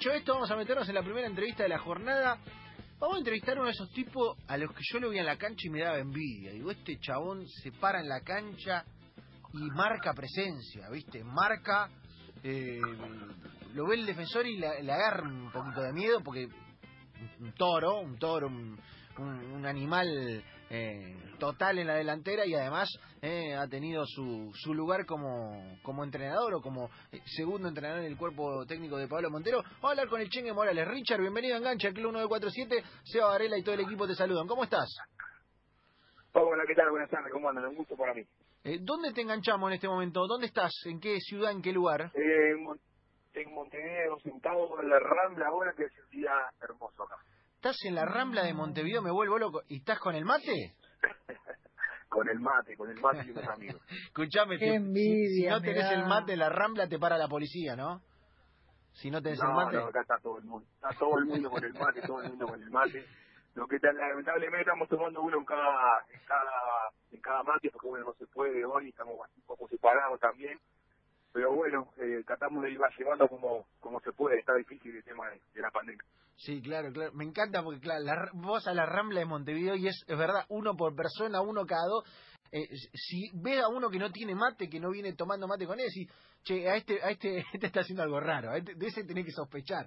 Dicho esto, vamos a meternos en la primera entrevista de la jornada. Vamos a entrevistar a uno de esos tipos a los que yo lo veía en la cancha y me daba envidia. Digo, este chabón se para en la cancha y marca presencia, ¿viste? Marca, lo ve el defensor y le agarra un poquito de miedo porque un toro, un animal total en la delantera y además ha tenido su lugar como entrenador o como segundo entrenador en el cuerpo técnico de Pablo Montero. Vamos a hablar con el Chengue Morales. Richard, bienvenido a Engancha, Club 1947. Seba Varela y todo el equipo te saludan. ¿Cómo estás? Hola, ¿qué tal? Buenas tardes, ¿cómo andan? Un gusto para mí. ¿Dónde te enganchamos en este momento? ¿Dónde estás? ¿En qué ciudad? ¿En qué lugar? En Montevideo, sentado en la Rambla ahora, que es un día hermoso acá. ¿Estás en la Rambla de Montevideo? Me vuelvo loco. ¿Y estás con el mate? con el mate y unos amigos. Escuchame, si no tenés el mate en la Rambla te para la policía, ¿no? Si no tenés el mate. No, acá está todo el mundo. Está todo el mundo con el mate, todo el mundo con el mate. Lo que lamentablemente estamos tomando uno en cada mate, porque bueno, no se puede hoy, estamos un poco separados también. Pero bueno, tratamos de ir llevando como se puede. Está difícil el tema de la pandemia. Sí, claro. Me encanta porque, claro, vos a la Rambla de Montevideo y es verdad, uno por persona, uno cada dos. Si ves a uno que no tiene mate, que no viene tomando mate con él, decís, che, a este está haciendo algo raro, de ese tenés que sospechar.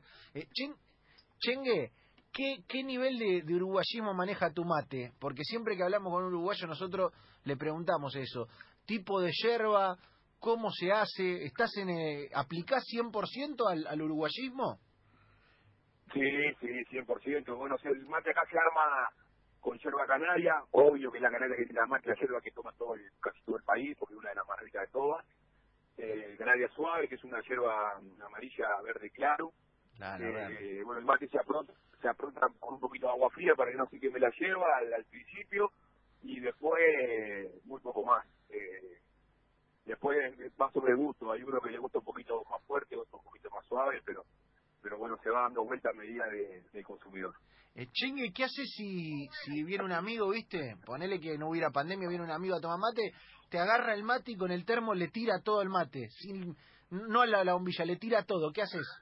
Chengue, ¿qué nivel de uruguayismo maneja tu mate? Porque siempre que hablamos con un uruguayo nosotros le preguntamos eso. Tipo de yerba, ¿cómo se hace? ¿Aplicás 100% al uruguayismo? Sí, 100%. Bueno, el mate acá se arma con yerba canaria. Obvio que la canaria es la yerba que toma casi todo el país, porque es una de las más ricas de todas. Canaria suave, que es una yerba amarilla verde claro. Claro, bueno, el mate se apronta con un poquito de agua fría para que no se queme la yerba al principio, y después muy poco más. Después va sobre gusto. Hay uno que le gusta un poquito más fuerte, otro un poquito más suave, pero bueno, se va dando vuelta a medida del consumidor. Chengue, ¿qué haces si viene un amigo, viste? Ponele que no hubiera pandemia, viene un amigo a tomar mate, te agarra el mate y con el termo le tira todo el mate, no a la bombilla, le tira todo, ¿qué haces?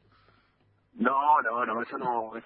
No, eso no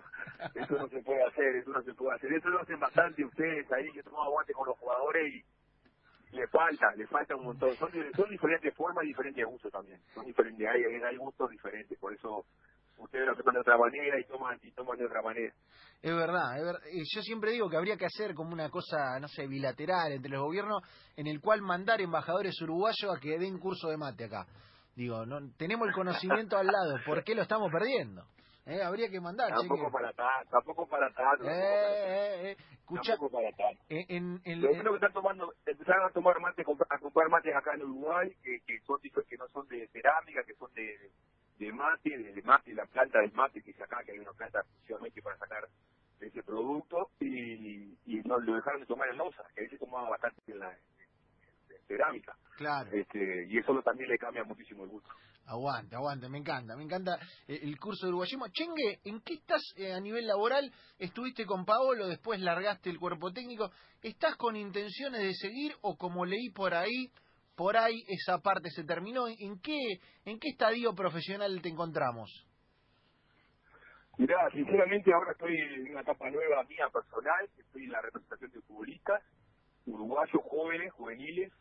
se puede hacer, eso lo hacen bastante ustedes ahí, que toman aguante con los jugadores y le falta un montón. Son diferentes formas y diferentes gustos también. Son diferentes, hay gustos diferentes, por eso ustedes lo toman de otra manera y toman de otra manera. Es verdad. Yo siempre digo que habría que hacer como una cosa, no sé, bilateral entre los gobiernos, en el cual mandar embajadores uruguayos a que den curso de mate acá. Digo, no tenemos el conocimiento al lado, ¿por qué lo estamos perdiendo? Habría que mandar, Tampoco Chengue. tampoco para tanto. Escucha, Tampoco para tanto. Pero en, creo que empezaron a tomar mate, a comprar mates acá en Uruguay, que no son de cerámica, que son de mate, la planta del mate que es acá, que hay una planta exclusivamente para sacar ese producto, y no lo dejaron de tomar en loza, que ahí se tomaba bastante en cerámica. claro. Y eso también le cambia muchísimo el gusto. Aguante, me encanta el curso de uruguayismo. Chengue, ¿en qué estás a nivel laboral? Estuviste con Paolo, después largaste el cuerpo técnico. ¿Estás con intenciones de seguir o como leí por ahí esa parte se terminó? ¿En qué estadio profesional te encontramos? Mirá, sinceramente ahora estoy en una etapa nueva mía personal, estoy en la representación de futbolistas, uruguayos jóvenes, juveniles,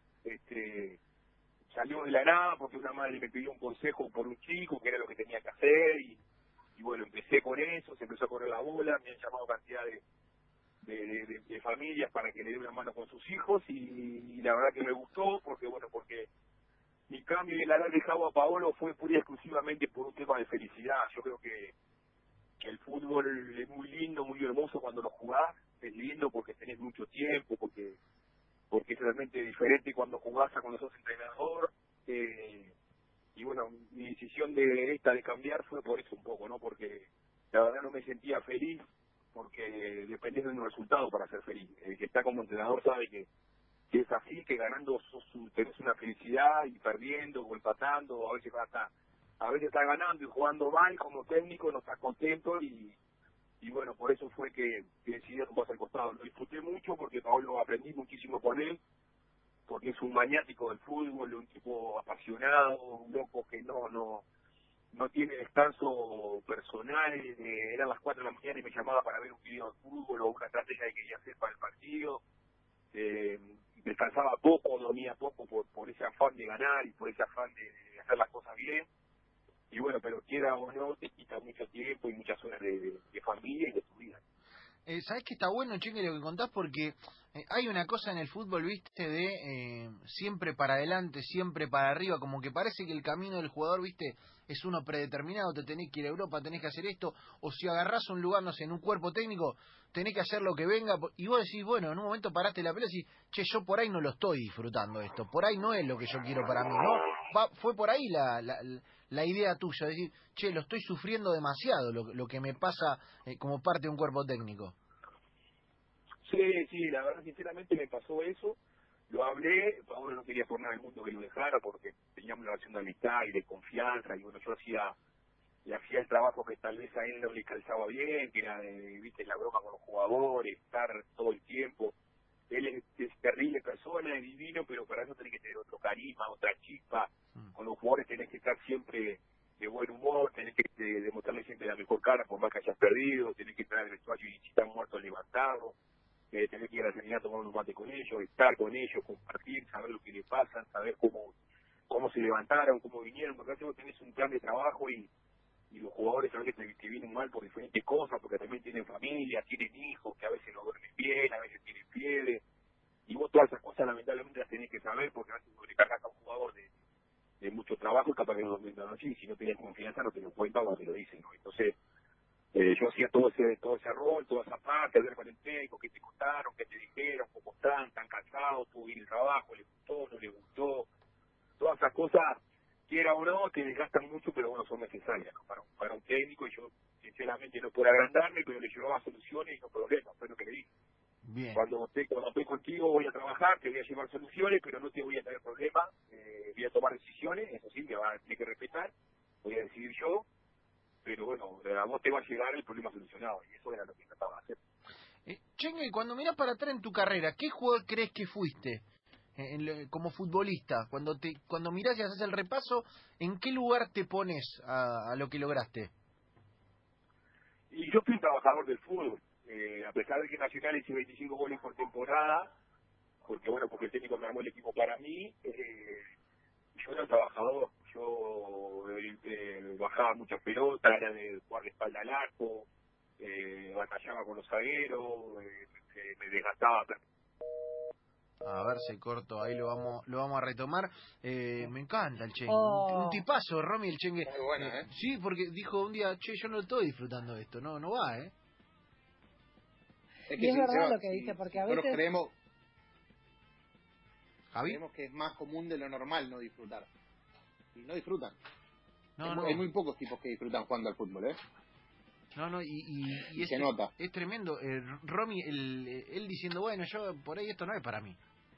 salió de la nada porque una madre me pidió un consejo por un chico, que era lo que tenía que hacer, y bueno, empecé con eso, se empezó a correr la bola, me han llamado cantidad de familias para que le dé una mano con sus hijos, y la verdad que me gustó, porque mi cambio y el haber dejado a Paolo fue pura y exclusivamente por un tema de felicidad. Yo creo que el fútbol es muy lindo, muy hermoso cuando lo jugás, es lindo porque tenés mucho tiempo, porque es realmente diferente cuando jugás a cuando sos entrenador, y bueno, mi decisión de cambiar fue por eso un poco, ¿no? Porque la verdad no me sentía feliz, porque dependés de un resultado para ser feliz. El que está como entrenador sabe que es así, que ganando tenés una felicidad, y perdiendo o empatando, a veces estás ganando y jugando mal como técnico, no estás contento, y bueno, por eso fue que decidí dar un paso al costado. Lo disfruté mucho porque Pablo aprendí muchísimo con él, porque es un maniático del fútbol, un tipo apasionado, un loco que no no tiene descanso personal, eran las 4 de la mañana y me llamaba para ver un video de fútbol o una estrategia que quería hacer para el partido. Descansaba poco, dormía poco por ese afán de ganar y por ese afán de hacer las cosas bien. Y bueno, pero quiera o no, te quita mucho tiempo y muchas horas de familia y de tu vida. ¿Sabés que está bueno, Chengue, lo que contás? Porque hay una cosa en el fútbol, viste, de siempre para adelante, siempre para arriba, como que parece que el camino del jugador, viste, es uno predeterminado, te tenés que ir a Europa, tenés que hacer esto, o si agarrás un lugar, no sé, en un cuerpo técnico, tenés que hacer lo que venga, y vos decís, bueno, en un momento paraste la pelota y decís, che, yo por ahí no lo estoy disfrutando esto, por ahí no es lo que yo quiero para mí, ¿no? Fue por ahí la idea tuya, de decir, che, lo estoy sufriendo demasiado, lo que me pasa como parte de un cuerpo técnico. Sí, la verdad, sinceramente me pasó eso. Lo hablé, ahora no quería por nada del mundo que lo dejara porque teníamos una relación de amistad y de confianza y bueno, yo hacía el trabajo que tal vez a él no le calzaba bien, que era, viste, la broma con los jugadores, estar todo el tiempo. Él es terrible persona, es divino, pero para eso tenés que tener otro carisma, otra chispa. Con los jugadores tenés que estar siempre de buen humor, tenés que demostrarle siempre la mejor cara por más que hayas perdido, tenés que entrar al vestuario y si están muertos levantarlo, tenés que ir a la sanidad a tomar un mate con ellos, estar con ellos, compartir, saber lo que les pasa, saber cómo se levantaron, cómo vinieron, porque a veces vos tenés un plan de trabajo y los jugadores a veces te vienen mal por diferentes cosas, porque también tienen familia, tienen hijos, que a veces no duermen bien, a veces tienen fiebre, y vos todas esas cosas lamentablemente las tenés que saber, porque a veces sobrecargas a un jugador de mucho trabajo y capaz que no duerme la noche, y si no tenés confianza no te lo cuentan o te lo dicen, ¿no? Entonces, yo hacía todo ese rol, toda esa parte, hablar con el técnico, qué te contaron, qué te dijeron, cómo están cansados, tuvo bien el trabajo, le gustó, no le gustó, todas esas cosas, quiera o no, te desgastan mucho, pero bueno, son necesarias, ¿no? Para un técnico, y yo sinceramente no por agrandarme, pero le llevaba soluciones y no problemas, fue lo que le dije. Bien. Cuando estoy contigo voy a trabajar, te voy a llevar soluciones, pero no te voy a traer problemas, voy a tomar decisiones, eso sí, me va a tener que respetar, voy a decidir yo, pero bueno, a vos te va a llegar el problema solucionado, y eso era lo que trataba de hacer. Chengue, cuando mirás para atrás en tu carrera, ¿qué jugador crees que fuiste como futbolista? Cuando mirás y haces el repaso, ¿en qué lugar te pones a lo que lograste? Y yo fui un trabajador del fútbol, a pesar de que Nacional hice 25 goles por temporada, porque el técnico me armó el equipo para mí, yo era un trabajador, yo bajaba muchas pelotas, era de jugar de espalda al arco, batallaba con los zagueros, me desgastaba. A ver, se corto, ahí lo vamos a retomar. Me encanta el Chengue, un Oh, tipazo, Romy, el Chengue. Muy buena, ¿eh? Sí, porque dijo un día, che, yo no estoy disfrutando de esto, no va, ¿eh? Es y que es si, verdad Seba, lo que dice, porque a nosotros veces Javi. creemos que es más común de lo normal no disfrutar. Y no disfrutan. No. Hay muy pocos tipos que disfrutan jugando al fútbol, ¿eh? No, Y se nota. es tremendo. Romy, él diciendo, bueno, yo por ahí esto no es para mí.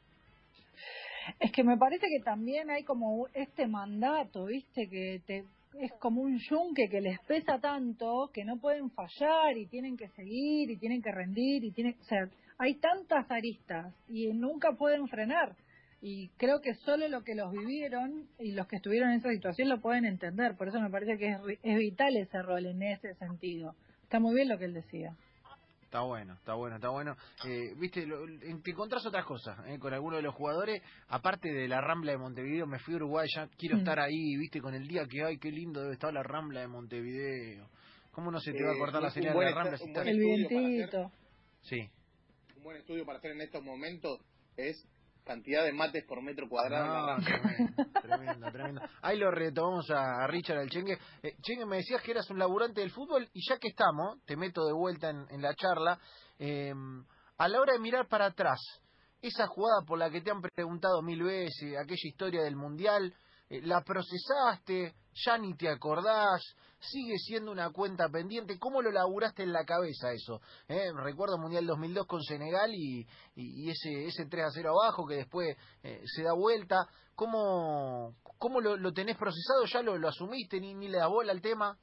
es que me parece que también hay como este mandato, ¿viste? Es como un yunque que les pesa tanto que no pueden fallar y tienen que seguir y tienen que rendir o sea, hay tantas aristas y nunca pueden frenar. Y creo que solo los que los vivieron y los que estuvieron en esa situación lo pueden entender. Por eso me parece que es vital ese rol en ese sentido. Está muy bien lo que él decía. Está bueno. Viste, te encontrás otras cosas con algunos de los jugadores. Aparte de la Rambla de Montevideo, me fui a Uruguay, ya quiero estar ahí, viste, con el día que hay, qué lindo debe estar la Rambla de Montevideo. ¿Cómo no se te va a cortar la señal de la Rambla si un estás? buen El estudio para hacer, vientito. Sí. un buen estudio para hacer en estos momentos es cantidad de mates por metro cuadrado en la No, Rambla. tremendo. Ahí lo retomamos a Richard, al Chengue. Chengue, me decías que eras un laburante del fútbol y ya que estamos, te meto de vuelta en la charla, a la hora de mirar para atrás, esa jugada por la que te han preguntado 1000 veces, aquella historia del Mundial, la procesaste, ya ni te acordás, sigue siendo una cuenta pendiente. ¿Cómo lo laburaste en la cabeza eso? Recuerdo Mundial 2002 con Senegal y ese 3-0 abajo que después se da vuelta. ¿Cómo lo tenés procesado? ¿Ya lo asumiste? ¿Ni le das bola al tema?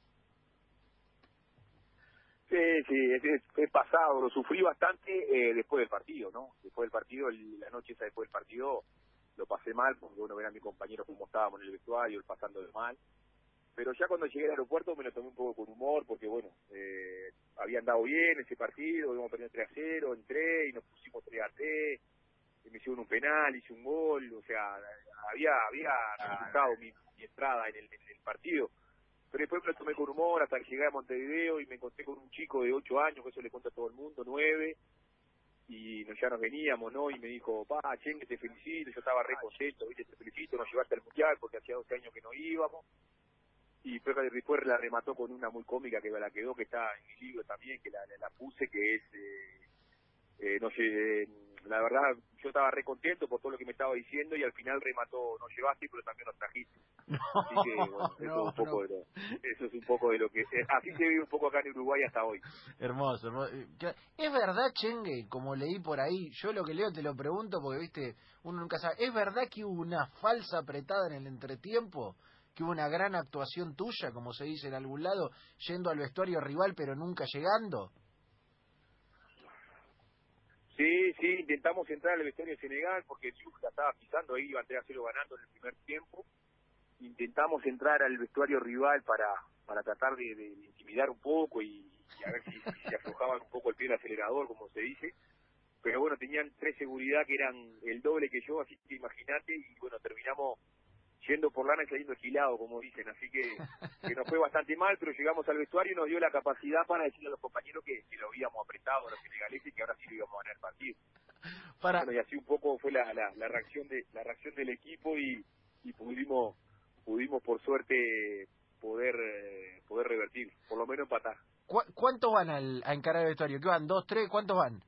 Sí, es pasado, lo sufrí bastante después del partido, ¿no? Después del partido, la noche esa después del partido, lo pasé mal, porque uno ver a mi compañero cómo estábamos en el vestuario, él pasándolo mal. pero ya cuando llegué al aeropuerto me lo tomé un poco con humor, porque bueno, había andado bien ese partido, habíamos perdido 3-0, entré y nos pusimos 3-3, y me hicieron un penal, hice un gol, o sea, había disfrutado mi entrada en el partido, pero después me lo tomé con humor hasta que llegué a Montevideo y me encontré con un chico de 8 años, que eso le cuento a todo el mundo, 9, y ya nos veníamos, ¿no? Y me dijo, Chengue, te felicito, yo estaba re contento, ¿viste? Te felicito, nos llevaste al Mundial porque hacía 12 años que no íbamos. Y después la remató con una muy cómica que me la quedó, que está en mi libro también, que la puse, que es, no sé, la verdad, yo estaba re contento por todo lo que me estaba diciendo y al final remató, nos llevaste, pero también nos trajiste. Así que, bueno, eso es un poco de lo que, así se vive un poco acá en Uruguay hasta hoy. Hermoso, hermoso. Es verdad, Chengue, como leí por ahí, yo lo que leo te lo pregunto porque, viste, uno nunca sabe, ¿es verdad que hubo una falsa apretada en el entretiempo? ¿Que hubo una gran actuación tuya, como se dice en algún lado, yendo al vestuario rival pero nunca llegando? Sí, intentamos entrar al vestuario de Senegal porque Diouf la estaba pisando, ahí iba 3-0 ganando en el primer tiempo. Intentamos entrar al vestuario rival para tratar de intimidar un poco y a ver si se aflojaban un poco el pie del acelerador, como se dice. Pero bueno, tenían 3 seguridad que eran el doble que yo, así que imagínate, y bueno, terminamos yendo por lana y saliendo esquilado, como dicen, así que nos fue bastante mal, pero llegamos al vestuario y nos dio la capacidad para decirle a los compañeros que lo habíamos apretado a los senegaleses y que ahora sí lo íbamos a ganar el partido. Bueno, y así un poco fue la reacción del equipo y pudimos por suerte poder revertir, por lo menos empatar. ¿Cuántos van a encarar el vestuario? ¿Qué van? ¿2, 3? ¿Cuántos van?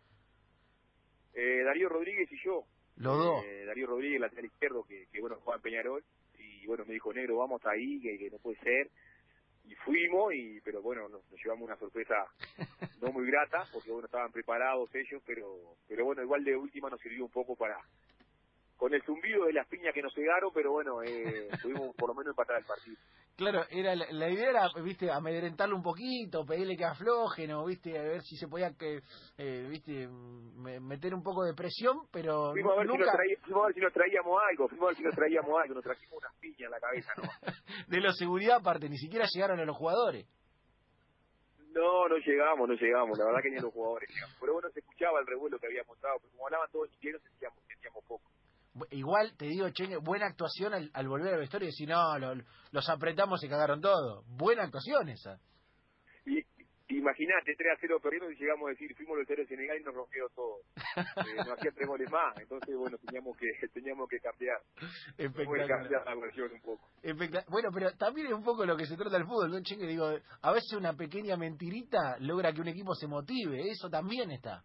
Darío Rodríguez y yo. Los dos. Darío Rodríguez, lateral izquierdo, que bueno, juega en Peñarol, y bueno, me dijo, negro, vamos ahí, que no puede ser, y fuimos, pero bueno, nos llevamos una sorpresa no muy grata, porque bueno, estaban preparados ellos, pero bueno, igual de última nos sirvió un poco con el zumbido de las piñas que nos pegaron, pero bueno, pudimos por lo menos empatar el partido. Claro, la idea era, viste, amedrentarlo un poquito, pedirle que afloje, ¿no? Viste, a ver si se podía, viste, meter un poco de presión, pero fuimos a ver nunca... fuimos a ver si nos traíamos algo, nos trajimos unas piñas en la cabeza, ¿no? De la seguridad aparte, ni siquiera llegaron a los jugadores. No llegamos, la verdad que ni los jugadores llegamos. Pero bueno, se escuchaba el revuelo que había montado, pero como hablaban todos chilenos, sentíamos poco. Igual, te digo, Chengue, buena actuación al volver al vestuario y decir, no, los apretamos y cagaron todo. Buena actuación esa. Y imagínate, 3-0 perdiendo y llegamos a decir, fuimos los de Senegal y nos rompió todo. Nos hacían 3 goles más, entonces bueno, teníamos que cambiar. Cambiar la versión un poco. Bueno, pero también es un poco lo que se trata del fútbol, ¿no, Chengue? Digo, a veces una pequeña mentirita logra que un equipo se motive, eso también está.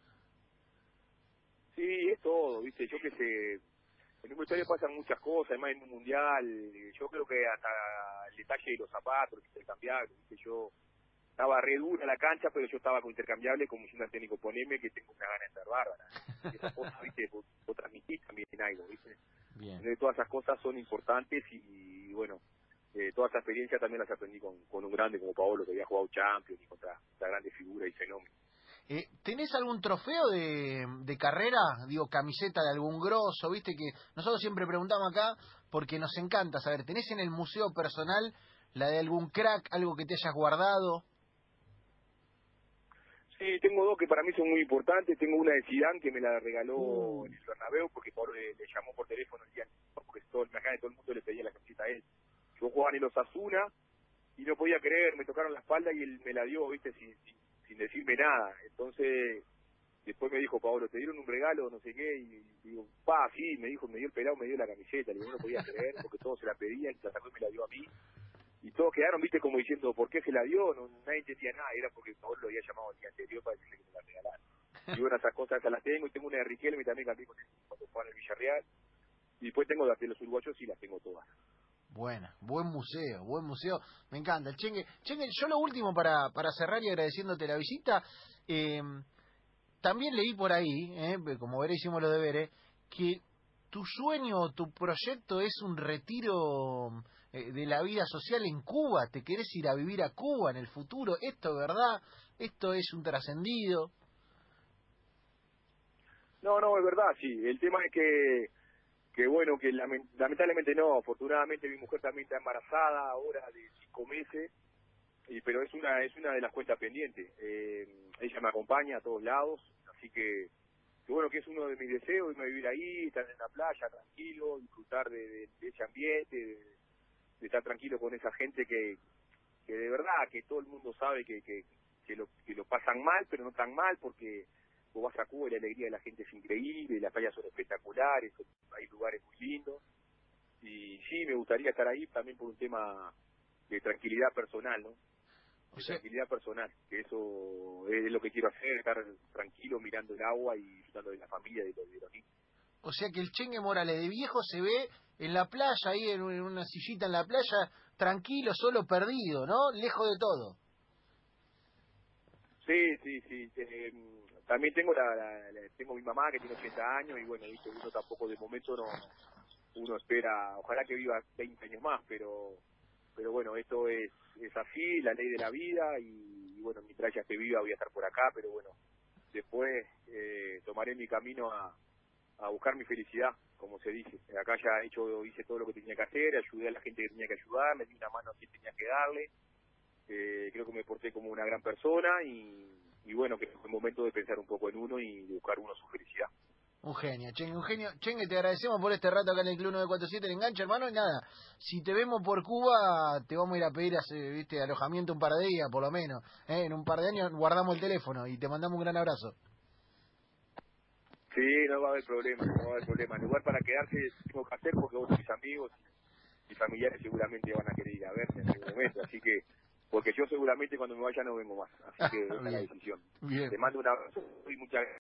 Sí, es todo, viste, yo que sé, en un vestuario pasan muchas cosas, además en un mundial, yo creo que hasta el detalle de los zapatos, los intercambiables, viste, yo estaba re dura la cancha, pero yo estaba con intercambiable como diciendo al técnico, poneme que tengo una gana de estar bárbara. Esas cosas, viste, vos transmitís también algo, viste. Bien. Entonces, todas esas cosas son importantes y bueno, toda esa experiencia también las aprendí con un grande como Paolo, que había jugado Champions y contra la grande figura y fenómeno. ¿Tenés algún trofeo de carrera? Digo, camiseta de algún grosso, viste que nosotros siempre preguntamos acá porque nos encanta saber, ¿tenés en el museo personal la de algún crack, algo que te hayas guardado? Sí, tengo 2 que para mí son muy importantes. Tengo una de Zidane que me la regaló en el Bernabéu porque Pablo le llamó por teléfono el día porque todo el mundo le pedía la camiseta a él. Yo jugaba en el Osasuna y no podía creer, me tocaron la espalda y él me la dio, viste, sin decirme nada. Entonces, después me dijo, Pablo, ¿te dieron un regalo, no sé qué? Y digo, sí, me dijo, me dio el pelado, me dio la camiseta. Le digo, no podía creer porque todos se la pedían y la sacó y me la dio a mí. Y todos quedaron, viste, como diciendo, ¿por qué se la dio? Nadie entendía nada, era porque Pablo lo había llamado el día anterior para decirle que me la regalara. Y bueno, esas cosas esas las tengo, y tengo una de Riquelme también cambié con él cuando jugaba en el Villarreal. Y después tengo las de los uruguayos y las tengo todas. Buena, buen museo, me encanta. Chengue, yo lo último para cerrar y agradeciéndote la visita, también leí por ahí, como veré hicimos los deberes, que tu sueño, tu proyecto es un retiro de la vida social en Cuba, te querés ir a vivir a Cuba en el futuro, ¿esto es verdad? ¿Esto es un trascendido? No, es verdad, sí. El tema es que que bueno, que lamentablemente no, afortunadamente mi mujer también está embarazada ahora de 5 meses, pero es una de las cuentas pendientes. Ella me acompaña a todos lados, así que bueno, que es uno de mis deseos, irme a vivir ahí, estar en la playa tranquilo, disfrutar de ese ambiente, de estar tranquilo con esa gente que de verdad que todo el mundo sabe que lo pasan mal, pero no tan mal, porque vos vas a Cuba y la alegría de la gente es increíble, las playas son espectaculares, hay lugares muy lindos, y sí, me gustaría estar ahí también por un tema de tranquilidad personal, ¿no? De tranquilidad personal, que eso es lo que quiero hacer, estar tranquilo mirando el agua y disfrutando de la familia y de los niños. O sea que el Chengue Morales de viejo se ve en la playa, ahí en una sillita en la playa, tranquilo, solo, perdido, ¿no? Lejos de todo. Sí. También tengo tengo mi mamá que tiene 80 años y bueno, ¿viste? Uno tampoco de momento uno espera, ojalá que viva 20 años más, pero bueno, esto es así, la ley de la vida y bueno, mientras ya esté viva voy a estar por acá, pero bueno, después tomaré mi camino a buscar mi felicidad, como se dice. Acá ya hice todo lo que tenía que hacer, ayudé a la gente que tenía que ayudar, me di una mano a quien tenía que darle, creo que me porté como una gran persona y bueno, que fue el momento de pensar un poco en uno y de buscar uno su felicidad. Un genio, Chengue, un genio. Chengue, te agradecemos por este rato acá en el Club 947, el enganche, hermano, y nada, si te vemos por Cuba, te vamos a ir a pedir, viste, alojamiento un par de días, por lo menos, en un par de años guardamos el teléfono y te mandamos un gran abrazo. Sí, no va a haber problema, no va a haber problema. El lugar para quedarse tengo que hacer porque vos, mis amigos y familiares seguramente van a querer ir a verte en algún momento, así que, porque yo seguramente cuando me vaya no vengo más, así que esa es la Bien, decisión. bien. Te mando un abrazo y muchas gracias.